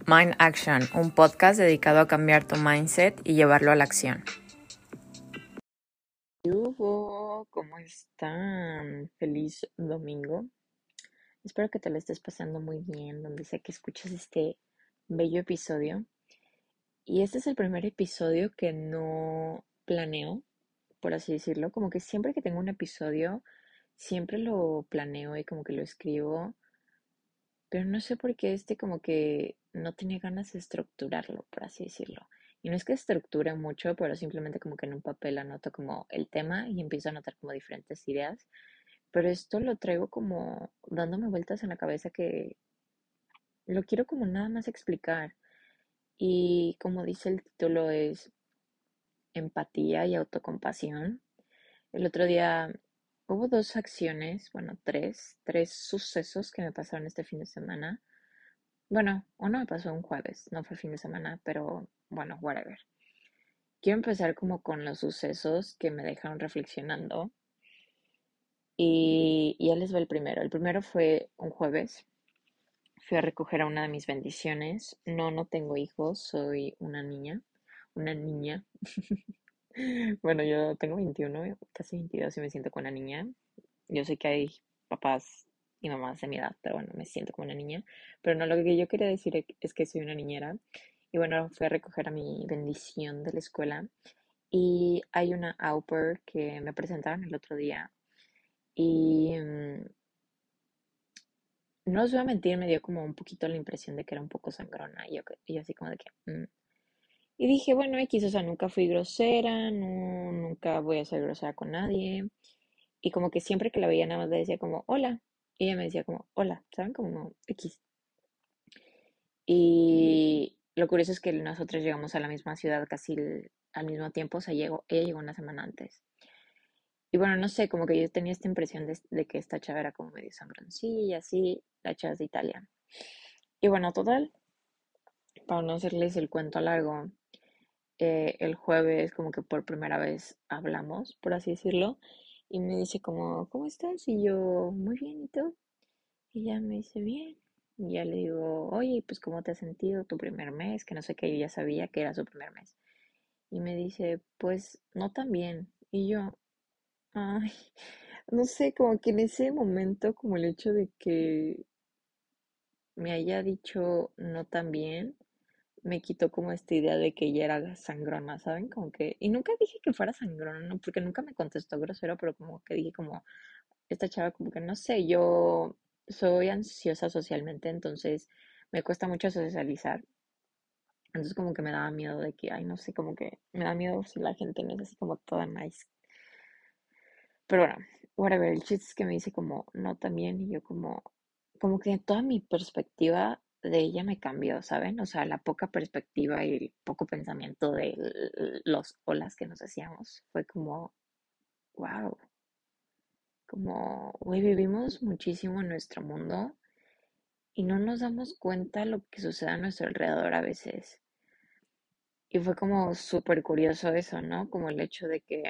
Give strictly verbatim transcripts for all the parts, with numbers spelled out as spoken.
Mind Action, un podcast dedicado a cambiar tu mindset y llevarlo a la acción. Hugo, ¿cómo están? Feliz domingo. Espero que te lo estés pasando muy bien, donde sea que escuches este bello episodio. Y este es el primer episodio que no planeo, por así decirlo. Como que siempre que tengo un episodio, siempre lo planeo y como que lo escribo. Pero no sé por qué este como que no tenía ganas de estructurarlo, por así decirlo. Y no es que estructure mucho, pero simplemente como que en un papel anoto como el tema y empiezo a anotar como diferentes ideas. Pero esto lo traigo como dándome vueltas en la cabeza que lo quiero como nada más explicar. Y como dice el título es empatía y autocompasión. El otro día hubo dos acciones, bueno, tres, tres sucesos que me pasaron este fin de semana. Bueno, uno me pasó un jueves, no fue fin de semana, pero bueno, whatever. Quiero empezar como con los sucesos que me dejaron reflexionando y, y ya les va el primero. El primero fue un jueves. Fui a recoger a una de mis bendiciones. No, no tengo hijos, soy una niña. Una niña. Bueno, yo tengo veintiuno, casi veintidós y me siento como una niña. Yo sé que hay papás y mamás de mi edad, pero bueno, me siento como una niña. Pero no, lo que yo quería decir e- es que soy una niñera. Y bueno, fui a recoger a mi bendición de la escuela. Y hay una au pair que me presentaron el otro día. Y mm, no os voy a mentir, me dio como un poquito la impresión de que era un poco sangrona. Y yo, que- y yo así como de que... mm. Y dije, bueno, X, o sea, nunca fui grosera, no, nunca voy a ser grosera con nadie. Y como que siempre que la veía nada más le decía como, hola. Y ella me decía como, hola, ¿saben? Como X. Y lo curioso es que nosotros llegamos a la misma ciudad casi el- al mismo tiempo, o sea, llegó, ella llegó una semana antes. Y bueno, no sé, como que yo tenía esta impresión de, de que esta chava era como medio sangroncilla, así, la chava es de Italia. Y bueno, total, para no hacerles el cuento largo, eh, el jueves como que por primera vez hablamos, por así decirlo, y me dice como, ¿cómo estás? Y yo, muy bien, ¿y tú? Y ya me dice, bien. Y ya le digo, oye, pues ¿cómo te has sentido tu primer mes? Que no sé qué, yo ya sabía que era su primer mes. Y me dice, pues no tan bien. Y yo, ay, no sé, como que en ese momento, como el hecho de que me haya dicho no tan bien, me quitó como esta idea de que ella era sangrona, ¿saben? Como que, y nunca dije que fuera sangrona, ¿no? Porque nunca me contestó grosero, pero como que dije como, esta chava como que no sé, yo soy ansiosa socialmente, entonces me cuesta mucho socializar. Entonces como que me daba miedo de que, ay, no sé, como que me da miedo si la gente no es así como toda nice. Pero bueno, whatever, el chiste es que me dice como, no también, y yo como, como que toda mi perspectiva de ella me cambió, ¿saben? O sea, la poca perspectiva y el poco pensamiento de l- los olas que nos hacíamos fue como, wow, como, güey, vivimos muchísimo en nuestro mundo y no nos damos cuenta lo que sucede a nuestro alrededor a veces. Y fue como súper curioso eso, ¿no? Como el hecho de que,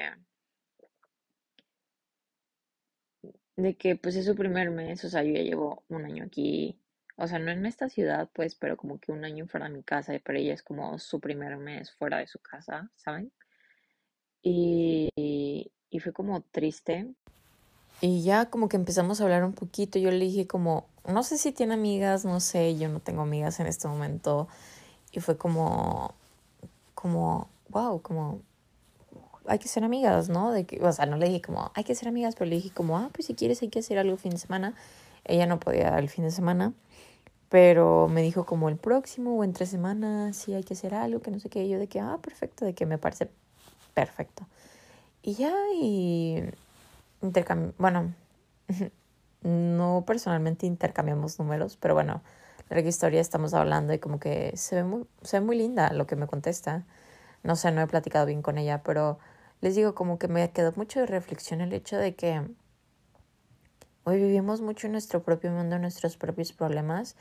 de que pues es su primer mes, o sea, yo ya llevo un año aquí, o sea, no en esta ciudad, pues, pero como que un año fuera de mi casa, y para ella es como su primer mes fuera de su casa, ¿saben? Y, y fue como triste. Y ya como que empezamos a hablar un poquito, yo le dije como, no sé si tiene amigas, no sé, yo no tengo amigas en este momento. Y fue como, como, wow, como, hay que ser amigas, ¿no? De que, o sea, no le dije como, hay que ser amigas, pero le dije como, ah, pues si quieres hay que hacer algo el fin de semana. Ella no podía el fin de semana, pero me dijo como el próximo o en tres semanas, sí hay que hacer algo, que no sé qué. Y yo de que, ah, perfecto, de que me parece perfecto. Y ya, y intercambiamos, bueno, no personalmente intercambiamos números, pero bueno, larga historia, estamos hablando y como que se ve muy, se ve muy linda lo que me contesta. No sé, no he platicado bien con ella, pero les digo como que me quedó mucho de reflexión el hecho de que hoy vivimos mucho en nuestro propio mundo, en nuestros propios problemas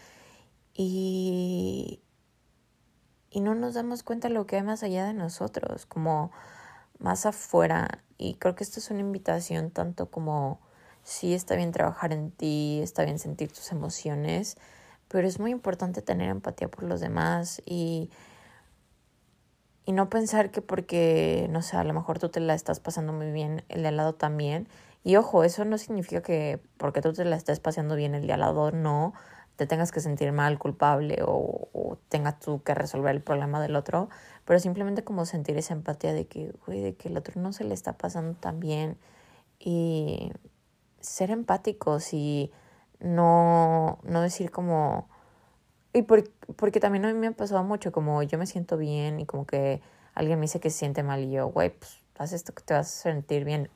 y, y no nos damos cuenta de lo que hay más allá de nosotros, como más afuera. Y creo que esto es una invitación tanto como sí está bien trabajar en ti, está bien sentir tus emociones, pero es muy importante tener empatía por los demás y, y no pensar que porque, no sé, a lo mejor tú te la estás pasando muy bien, el de al lado también. Y ojo, eso no significa que porque tú te la estés pasando bien, el de al lado no te tengas que sentir mal, culpable o, o tengas tú que resolver el problema del otro, pero simplemente como sentir esa empatía de que, güey, de que el otro no se le está pasando tan bien y ser empáticos y no, no decir como... Y por, porque también a mí me ha pasado mucho, como yo me siento bien y como que alguien me dice que se siente mal y yo, güey, pues haz esto que te vas a sentir bien.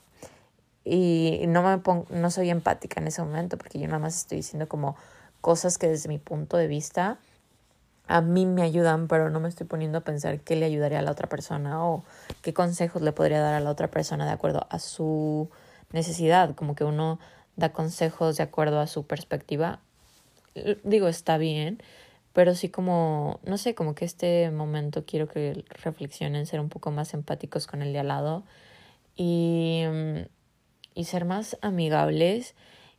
Y no me pongo, no soy empática en ese momento porque yo nada más estoy diciendo como cosas que desde mi punto de vista a mí me ayudan, pero no me estoy poniendo a pensar qué le ayudaría a la otra persona o qué consejos le podría dar a la otra persona de acuerdo a su necesidad. Como que uno da consejos de acuerdo a su perspectiva. Digo, está bien, pero sí como, no sé, como que este momento quiero que reflexionen, ser un poco más empáticos con el de al lado y, y ser más amigables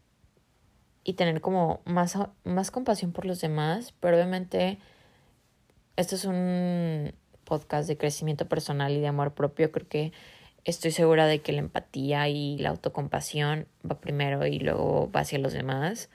y tener como más, más compasión por los demás, pero obviamente esto es un podcast de crecimiento personal y de amor propio. Creo que estoy segura de que la empatía y la autocompasión va primero y luego va hacia los demás.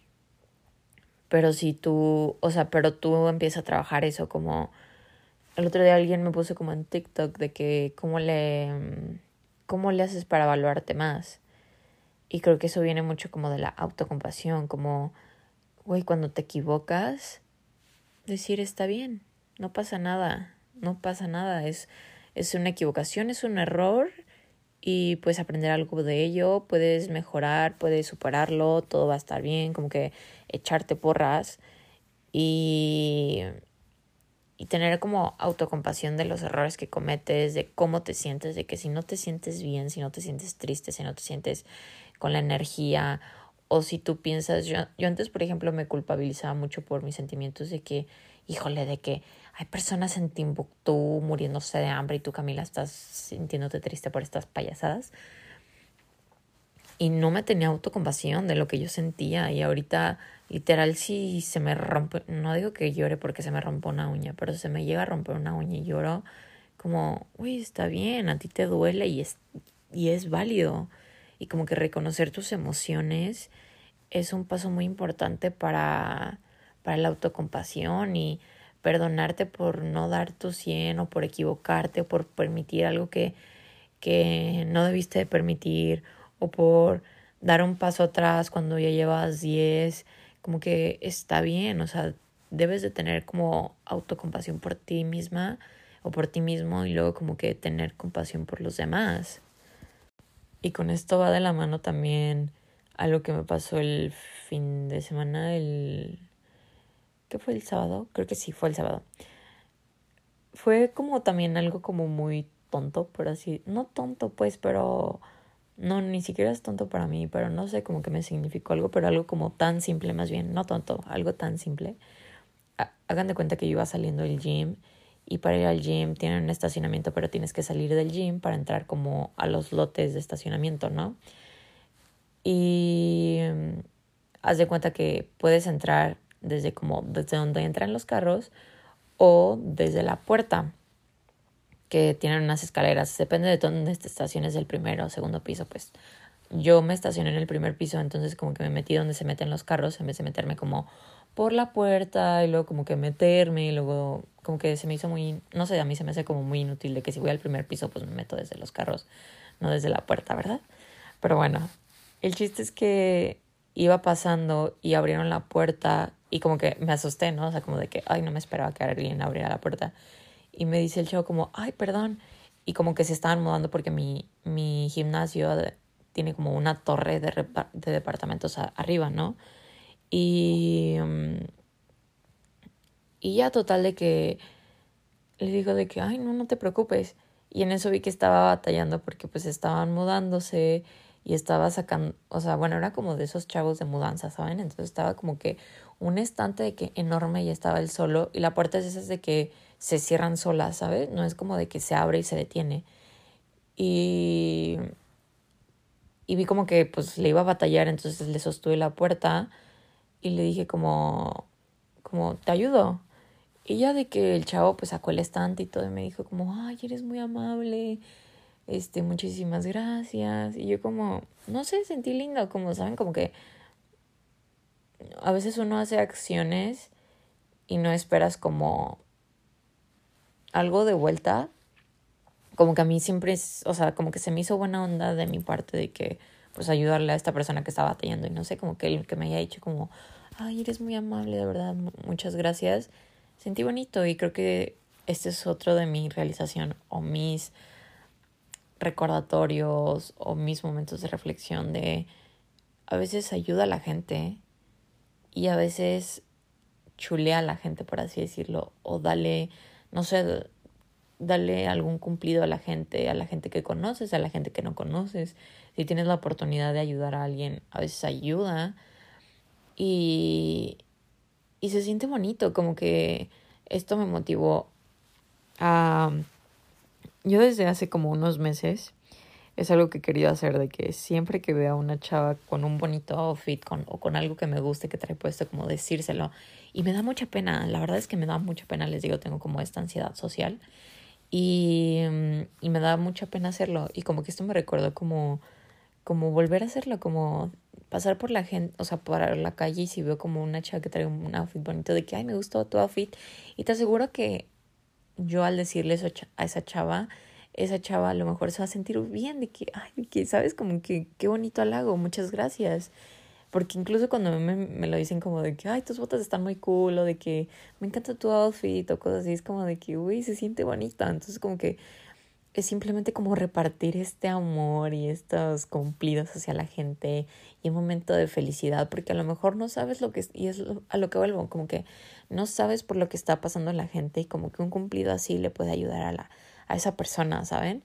Pero si tú, o sea, pero tú empiezas a trabajar eso como... El otro día alguien me puso como en TikTok de que cómo le, cómo le haces para evaluarte más. Y creo que eso viene mucho como de la autocompasión, como, güey, cuando te equivocas, decir está bien, no pasa nada, no pasa nada, es, es una equivocación, es un error y puedes aprender algo de ello, puedes mejorar, puedes superarlo, todo va a estar bien, como que echarte porras y, y tener como autocompasión de los errores que cometes, de cómo te sientes, de que si no te sientes bien, si no te sientes triste, si no te sientes con la energía o si tú piensas, yo, yo antes por ejemplo me culpabilizaba mucho por mis sentimientos de que, híjole, de que hay personas en Timbuktu muriéndose de hambre y tú, Camila, estás sintiéndote triste por estas payasadas. Y no me tenía autocompasión de lo que yo sentía. Y ahorita, literal, si se me rompe, no digo que llore porque se me rompe una uña, pero se me llega a romper una uña y lloro como, uy, está bien, a ti te duele y es, y es válido. Y como que reconocer tus emociones es un paso muy importante para, para la autocompasión y perdonarte por no dar tu cien o por equivocarte o por permitir algo que, que no debiste de permitir o por dar un paso atrás cuando ya llevas diez, como que está bien, o sea, debes de tener como autocompasión por ti misma o por ti mismo y luego como que tener compasión por los demás. Y con esto va de la mano también algo que me pasó el fin de semana, el... ¿Qué fue el sábado? Creo que sí, fue el sábado. Fue como también algo como muy tonto, pero así, no tonto pues, pero no, ni siquiera es tonto para mí, pero no sé, como que me significó algo, pero algo como tan simple más bien, no tonto, algo tan simple. Hagan de cuenta que yo iba saliendo del gym y para ir al gym tienen un estacionamiento, pero tienes que salir del gym para entrar como a los lotes de estacionamiento, ¿no? Y um, haz de cuenta que puedes entrar desde como desde donde entran los carros o desde la puerta, que tienen unas escaleras. Depende de dónde te estaciones, del primero o segundo piso, pues yo me estacioné en el primer piso, entonces como que me metí donde se meten los carros en vez de meterme como por la puerta y luego como que meterme y luego como que se me hizo muy, no sé, a mí se me hace como muy inútil de que si voy al primer piso pues me meto desde los carros, no desde la puerta, ¿verdad? Pero bueno, el chiste es que iba pasando y abrieron la puerta y como que me asusté, ¿no? O sea, como de que, ay, no me esperaba que alguien abriera la puerta. Y me dice el chavo como, ay, perdón. Y como que se estaban mudando porque mi, mi gimnasio tiene como una torre de, repa- de departamentos a- arriba, ¿no? Y, um, y ya total de que le digo de que, ay, no, no te preocupes. Y en eso vi que estaba batallando porque pues estaban mudándose y estaba sacando, o sea, bueno, era como de esos chavos de mudanza, ¿saben? Entonces estaba como que un estante de que enorme y estaba él solo y la puerta es esas de que se cierran solas, ¿sabes? No es como de que se abre y se detiene. Y, y vi como que pues le iba a batallar, entonces le sostuve la puerta y le dije como, como, ¿te ayudo? Y ya de que el chavo pues sacó el estante y todo y me dijo como, ay, eres muy amable, este, muchísimas gracias. Y yo como, no sé, sentí lindo, como saben, como que a veces uno hace acciones y no esperas como algo de vuelta. Como que a mí siempre es, o sea, como que se me hizo buena onda de mi parte de que, pues, ayudarle a esta persona que estaba batallando. Y no sé, como que él que me haya dicho como, ay, eres muy amable, de verdad, muchas gracias. Sentí bonito y creo que este es otro de mi realización o mis recordatorios o mis momentos de reflexión de a veces ayuda a la gente y a veces chulea a la gente, por así decirlo, o dale, no sé, dale algún cumplido a la gente, a la gente que conoces, a la gente que no conoces. Si tienes la oportunidad de ayudar a alguien, a veces ayuda y, y se siente bonito, como que esto me motivó a... Yo desde hace como unos meses es algo que he querido hacer, de que siempre que vea a una chava con un bonito outfit con, o con algo que me guste que trae puesto, como decírselo. Y me da mucha pena, la verdad es que me da mucha pena, les digo, tengo como esta ansiedad social. Y, y me da mucha pena hacerlo. Y como que esto me recordó como, como volver a hacerlo, como pasar por la gente, o sea, por la calle y si veo como una chava que trae un outfit bonito, de que, ay, me gustó tu outfit. Y te aseguro que yo al decirle eso a esa chava, esa chava a lo mejor se va a sentir bien de que, ay, de que, ¿sabes? Como que qué bonito halago, muchas gracias. Porque incluso cuando me, me lo dicen como de que, ay, tus botas están muy cool, o de que me encanta tu outfit, o cosas así, es como de que, uy, se siente bonita. Entonces como que es simplemente como repartir este amor y estos cumplidos hacia la gente y un momento de felicidad, porque a lo mejor no sabes lo que es, y es a lo que vuelvo, como que no sabes por lo que está pasando la gente y como que un cumplido así le puede ayudar a la a esa persona, ¿saben?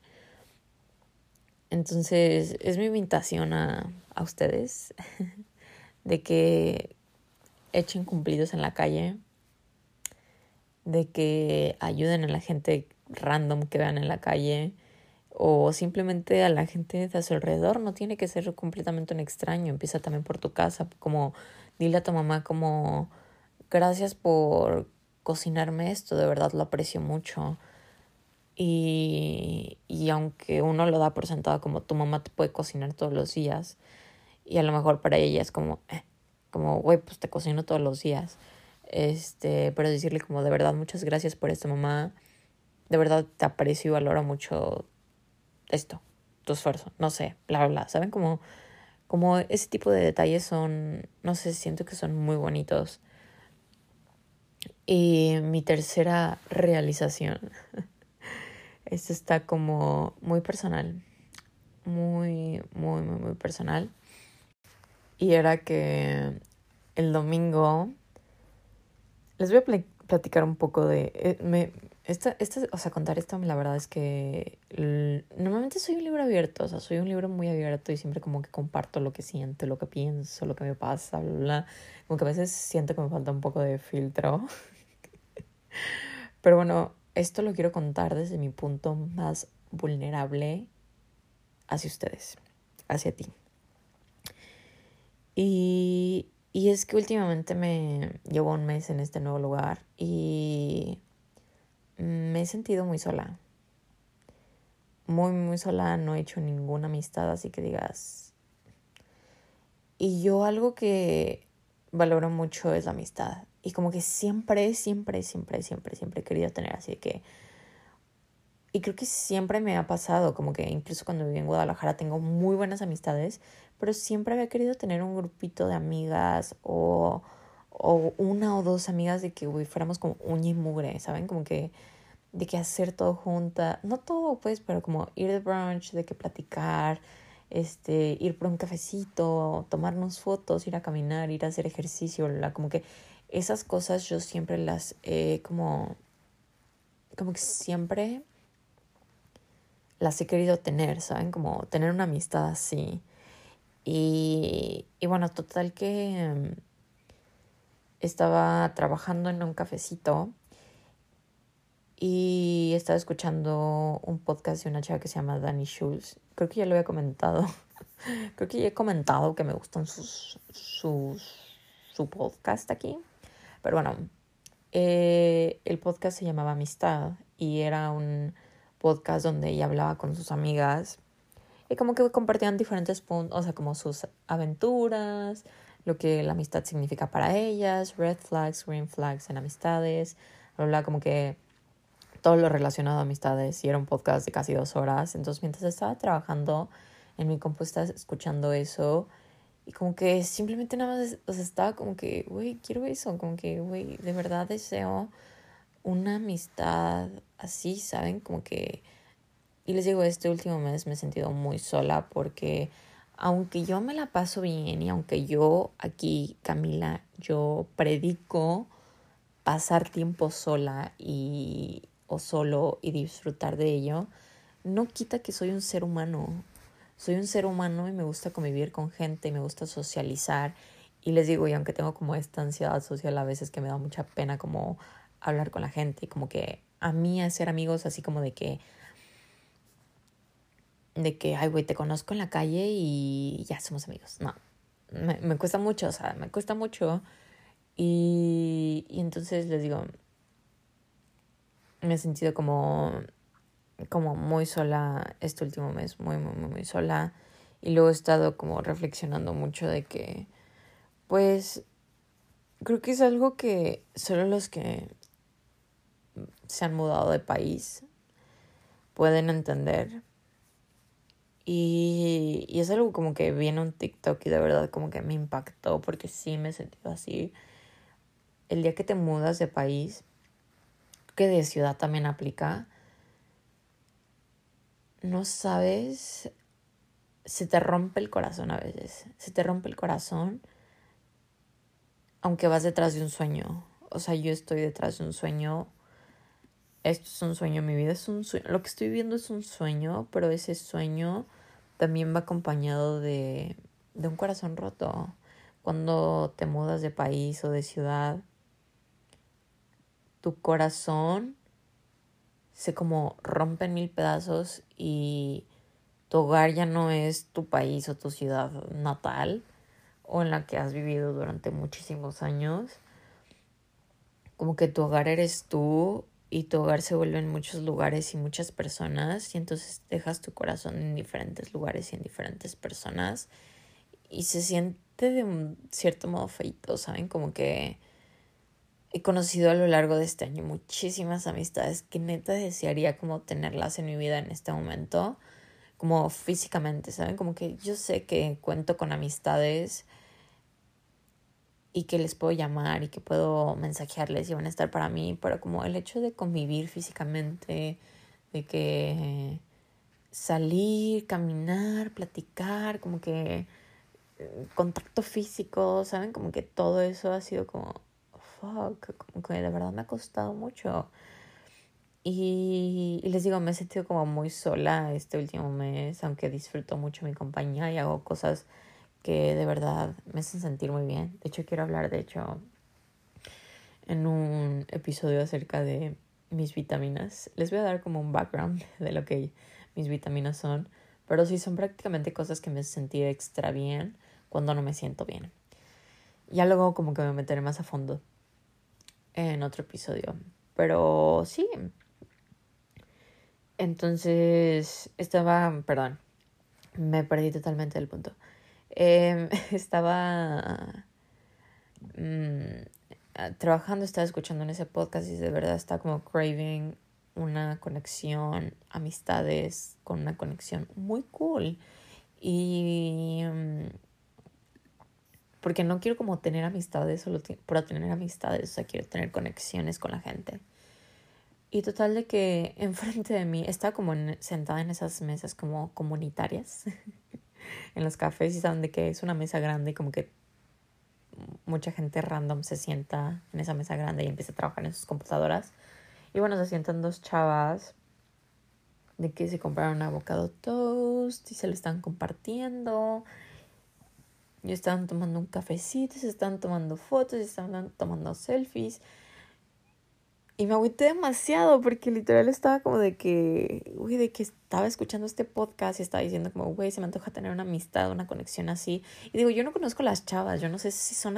Entonces es mi invitación a, a ustedes de que echen cumplidos en la calle, de que ayuden a la gente random que vean en la calle o simplemente a la gente de a su alrededor. No tiene que ser completamente un extraño. Empieza también por tu casa, como dile a tu mamá como gracias por cocinarme esto, de verdad lo aprecio mucho. Y, y aunque uno lo da por sentado como tu mamá te puede cocinar todos los días y a lo mejor para ella es como, eh, como, güey, pues te cocino todos los días. Este, pero decirle como de verdad muchas gracias por esto, mamá. De verdad te aprecio y valoro mucho esto, tu esfuerzo, no sé, bla, bla, bla. ¿Saben? Como, como ese tipo de detalles son, no sé, siento que son muy bonitos. Y mi tercera realización, esto está como muy personal, muy, muy, muy, muy personal. Y era que el domingo, les voy a pl- platicar un poco de... Eh, me, esta, esta, o sea, contar esto, la verdad es que l- normalmente soy un libro abierto, o sea, soy un libro muy abierto y siempre como que comparto lo que siento, lo que pienso, lo que me pasa, bla, bla, bla. Como que a veces siento que me falta un poco de filtro. Pero bueno, esto lo quiero contar desde mi punto más vulnerable hacia ustedes, hacia ti. Y, y es que últimamente me llevo un mes en este nuevo lugar y me he sentido muy sola. Muy, muy sola, no he hecho ninguna amistad, así que digas. Y yo algo que valoro mucho es la amistad. Y como que siempre, siempre, siempre, siempre, siempre he querido tener así de que... Y creo que siempre me ha pasado, como que incluso cuando viví en Guadalajara tengo muy buenas amistades, pero siempre había querido tener un grupito de amigas o, o una o dos amigas de que, güey, fuéramos como uña y mugre, ¿saben? Como que de que hacer todo junta, no todo pues, pero como ir de brunch, de que platicar, este, ir por un cafecito, tomarnos fotos, ir a caminar, ir a hacer ejercicio, la, como que esas cosas yo siempre las he como, como que siempre las he querido tener, ¿saben? Como tener una amistad así. Y, y bueno, total que um, estaba trabajando en un cafecito y estaba escuchando un podcast de una chica que se llama Dani Schultz. Creo que ya lo había comentado. Creo que ya he comentado que me gustan sus, sus su podcast aquí. Pero bueno, eh, el podcast se llamaba Amistad y era un podcast donde ella hablaba con sus amigas y como que compartían diferentes puntos, o sea, como sus aventuras, lo que la amistad significa para ellas, red flags, green flags en amistades, hablaba como que todo lo relacionado a amistades y era un podcast de casi dos horas. Entonces mientras estaba trabajando en mi compu estaba escuchando eso y como que simplemente nada más, o sea, estaba como que, güey, quiero eso, como que, güey, de verdad deseo una amistad así, ¿saben? Como que, y les digo, este último mes me he sentido muy sola porque aunque yo me la paso bien y aunque yo aquí, Camila, yo predico pasar tiempo sola y o solo y disfrutar de ello, no quita que soy un ser humano. Soy un ser humano y me gusta convivir con gente y me gusta socializar. Y les digo, y aunque tengo como esta ansiedad social a veces que me da mucha pena como hablar con la gente, como que a mí hacer amigos así como de que, de que, ay, güey, te conozco en la calle y ya somos amigos. No, me, me cuesta mucho, o sea, me cuesta mucho. Y, y entonces les digo, me he sentido como, como muy sola este último mes, muy, muy, muy, muy sola. Y luego he estado como reflexionando mucho de que, pues, creo que es algo que solo los que se han mudado de país pueden entender. Y, y es algo como que vi en un TikTok y de verdad como que me impactó porque sí me he sentido así. El día que te mudas de país, que de ciudad también aplica, no sabes, se te rompe el corazón a veces. Se te rompe el corazón aunque vas detrás de un sueño. O sea, yo estoy detrás de un sueño. Esto es un sueño, mi vida es un sueño. Lo que estoy viendo es un sueño, pero ese sueño también va acompañado de, de un corazón roto. Cuando te mudas de país o de ciudad, tu corazón se como rompe en mil pedazos y tu hogar ya no es tu país o tu ciudad natal o en la que has vivido durante muchísimos años. Como que tu hogar eres tú y tu hogar se vuelve en muchos lugares y muchas personas y entonces dejas tu corazón en diferentes lugares y en diferentes personas y se siente de un cierto modo feito, ¿saben? Como que he conocido a lo largo de este año muchísimas amistades que neta desearía como tenerlas en mi vida en este momento, como físicamente, ¿saben? Como que yo sé que cuento con amistades y que les puedo llamar y que puedo mensajearles y van a estar para mí, pero como el hecho de convivir físicamente, de que salir, caminar, platicar, como que contacto físico, ¿saben? Como que todo eso ha sido como, fuck, como que de verdad me ha costado mucho. Y, y les digo, me he sentido como muy sola este último mes, aunque disfruto mucho mi compañía y hago cosas que de verdad me hacen sentir muy bien. De hecho, quiero hablar, de hecho, en un episodio acerca de mis vitaminas. Les voy a dar como un background de lo que mis vitaminas son, pero sí son prácticamente cosas que me hacen sentir extra bien cuando no me siento bien. Ya luego como que me meteré más a fondo en otro episodio. Pero sí. Entonces estaba, perdón, me perdí totalmente del punto. Eh, estaba mmm, trabajando, estaba escuchando en ese podcast y de verdad está como craving una conexión, amistades con una conexión muy cool. Y um, porque no quiero como tener amistades solo t- por tener amistades, o sea, quiero tener conexiones con la gente. Y total de que enfrente de mí estaba como en, sentada en esas mesas como comunitarias en los cafés y saben de que es una mesa grande y como que mucha gente random se sienta en esa mesa grande y empieza a trabajar en sus computadoras. Y bueno, se sientan dos chavas de que se compraron avocado toast y se lo están compartiendo. Y estaban tomando un cafecito, se están tomando fotos, se estaban tomando selfies. Y me agüité demasiado porque literal estaba como de que, güey, de que estaba escuchando este podcast y estaba diciendo como, güey, se me antoja tener una amistad, una conexión así. Y digo, yo no conozco las chavas, yo no sé si son amist-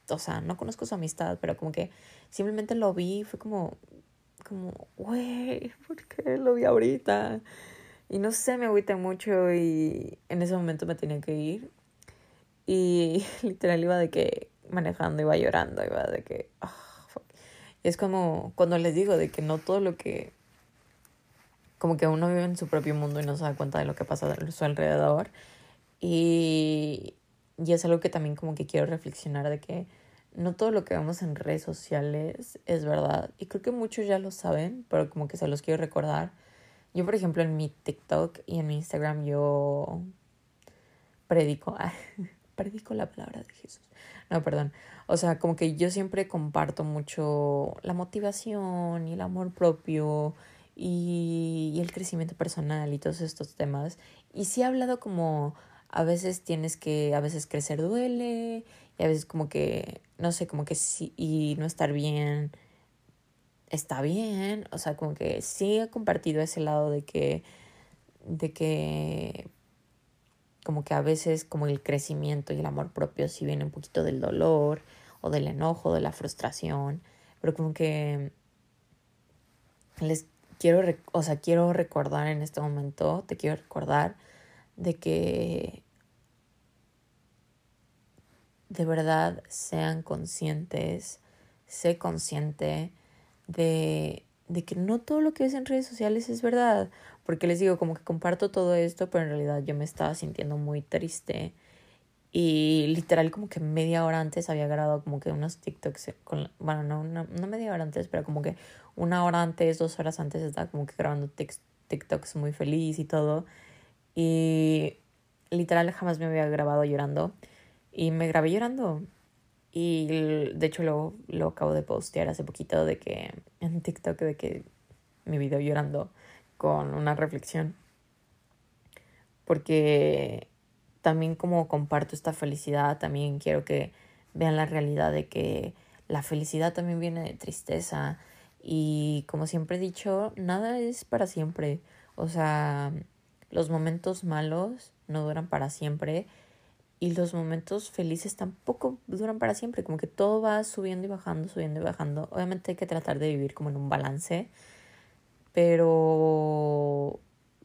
o sea, no conozco su amistad, pero como que simplemente lo vi y fue como, como, güey, ¿por qué lo vi ahorita? Y no sé, me agüité mucho y en ese momento me tenía que ir. Y literal iba de que manejando, iba llorando, iba de que... Oh, fuck. Y es como cuando les digo de que no todo lo que... Como que uno vive en su propio mundo y no se da cuenta de lo que pasa a su alrededor. Y, y es algo que también como que quiero reflexionar de que no todo lo que vemos en redes sociales es verdad. Y creo que muchos ya lo saben, pero como que se los quiero recordar. Yo, por ejemplo, en mi TikTok y en mi Instagram yo predico, predico la palabra de Jesús. No, perdón. O sea, como que yo siempre comparto mucho la motivación y el amor propio y, y el crecimiento personal y todos estos temas. Y sí he hablado como a veces tienes que, a veces crecer duele y a veces como que, no sé, como que sí, y no estar bien está bien. O sea, como que sí he compartido ese lado de que, de que como que a veces como el crecimiento y el amor propio sí viene un poquito del dolor o del enojo, de la frustración, pero como que les quiero, o sea, quiero recordar en este momento, te quiero recordar de que de verdad sean conscientes, sé consciente de, de que no todo lo que ves en redes sociales es verdad, porque les digo como que comparto todo esto, pero en realidad yo me estaba sintiendo muy triste. Y literal como que media hora antes había grabado como que unos TikToks con, bueno, no, no, no media hora antes, pero como que una hora antes, dos horas antes estaba como que grabando tic- TikToks muy feliz y todo. Y literal jamás me había grabado llorando. Y me grabé llorando. Y de hecho lo, lo acabo de postear hace poquito de que en TikTok de que mi video llorando con una reflexión. Porque también como comparto esta felicidad, también quiero que vean la realidad de que la felicidad también viene de tristeza y como siempre he dicho, nada es para siempre. O sea, los momentos malos no duran para siempre y los momentos felices tampoco duran para siempre, como que todo va subiendo y bajando, subiendo y bajando. Obviamente hay que tratar de vivir como en un balance, pero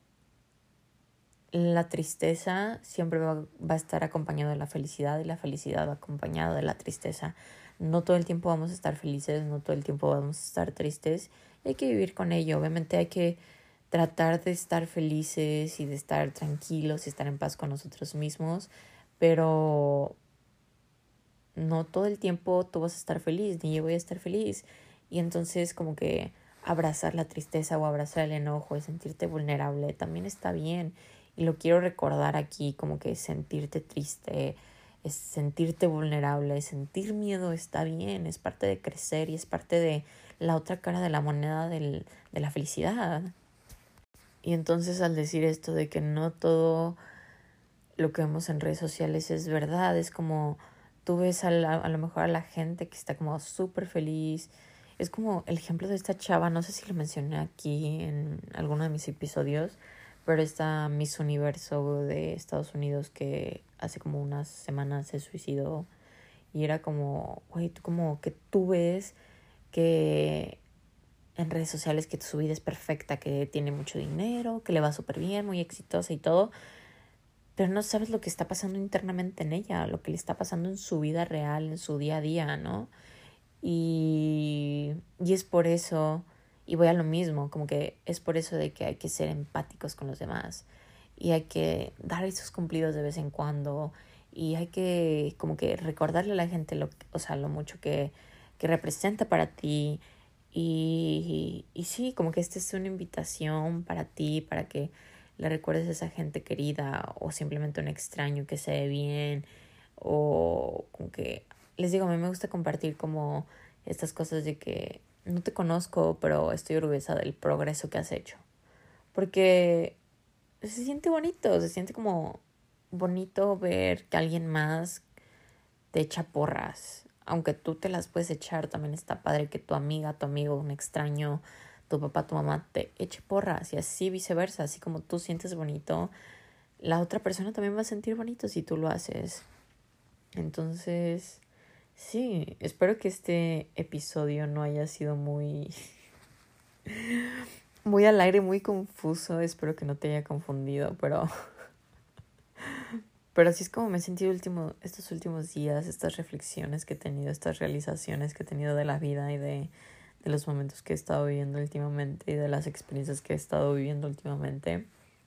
la tristeza siempre va, va a estar acompañado de la felicidad y la felicidad va acompañada de la tristeza. No todo el tiempo vamos a estar felices, no todo el tiempo vamos a estar tristes. Y hay que vivir con ello. Obviamente hay que tratar de estar felices y de estar tranquilos y estar en paz con nosotros mismos, pero no todo el tiempo tú vas a estar feliz, ni yo voy a estar feliz. Y entonces como que abrazar la tristeza o abrazar el enojo y sentirte vulnerable también está bien. Y lo quiero recordar aquí, como que sentirte triste, es sentirte vulnerable, sentir miedo está bien, es parte de crecer y es parte de la otra cara de la moneda del, de la felicidad. Y entonces al decir esto de que no todo lo que vemos en redes sociales es verdad, es como tú ves a, la, a lo mejor a la gente que está como súper feliz. Es como el ejemplo de esta chava, no sé si lo mencioné aquí en alguno de mis episodios, pero esta Miss Universo de Estados Unidos que hace como unas semanas se suicidó y era como, güey, tú como que tú ves que en redes sociales que su vida es perfecta, que tiene mucho dinero, que le va súper bien, muy exitosa y todo, pero no sabes lo que está pasando internamente en ella, lo que le está pasando en su vida real, en su día a día, ¿no? Y, y es por eso, y voy a lo mismo, como que es por eso de que hay que ser empáticos con los demás y hay que dar esos cumplidos de vez en cuando y hay que como que recordarle a la gente lo, o sea, lo mucho que, que representa para ti y, y sí, como que esta es una invitación para ti, para que le recuerdes a esa gente querida o simplemente un extraño que se ve bien o como que les digo, a mí me gusta compartir como estas cosas de que no te conozco, pero estoy orgullosa del progreso que has hecho. Porque se siente bonito, se siente como bonito ver que alguien más te echa porras. Aunque tú te las puedes echar, también está padre que tu amiga, tu amigo, un extraño, tu papá, tu mamá te eche porras y así viceversa. Así como tú sientes bonito, la otra persona también va a sentir bonito si tú lo haces. Entonces, Sí, espero que este episodio no haya sido muy, muy al aire, muy confuso. Espero que no te haya confundido, pero, pero así es como me he sentido último, estos últimos días, estas reflexiones que he tenido, estas realizaciones que he tenido de la vida y de, de los momentos que he estado viviendo últimamente y de las experiencias que he estado viviendo últimamente.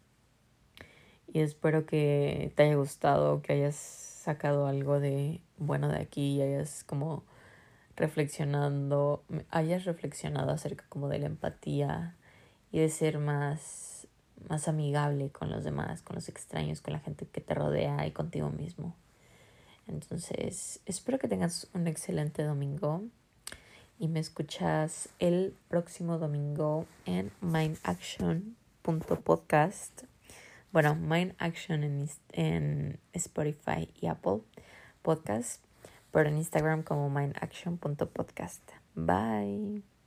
Y espero que te haya gustado, que hayas sacado algo de bueno de aquí y hayas como reflexionando, hayas reflexionado acerca como de la empatía y de ser más, más amigable con los demás, con los extraños, con la gente que te rodea y contigo mismo. Entonces, espero que tengas un excelente domingo y me escuchas el próximo domingo en mind action punto podcast. Bueno, Mind Action en, en Spotify y Apple Podcast, pero en Instagram como mind action punto podcast. Bye.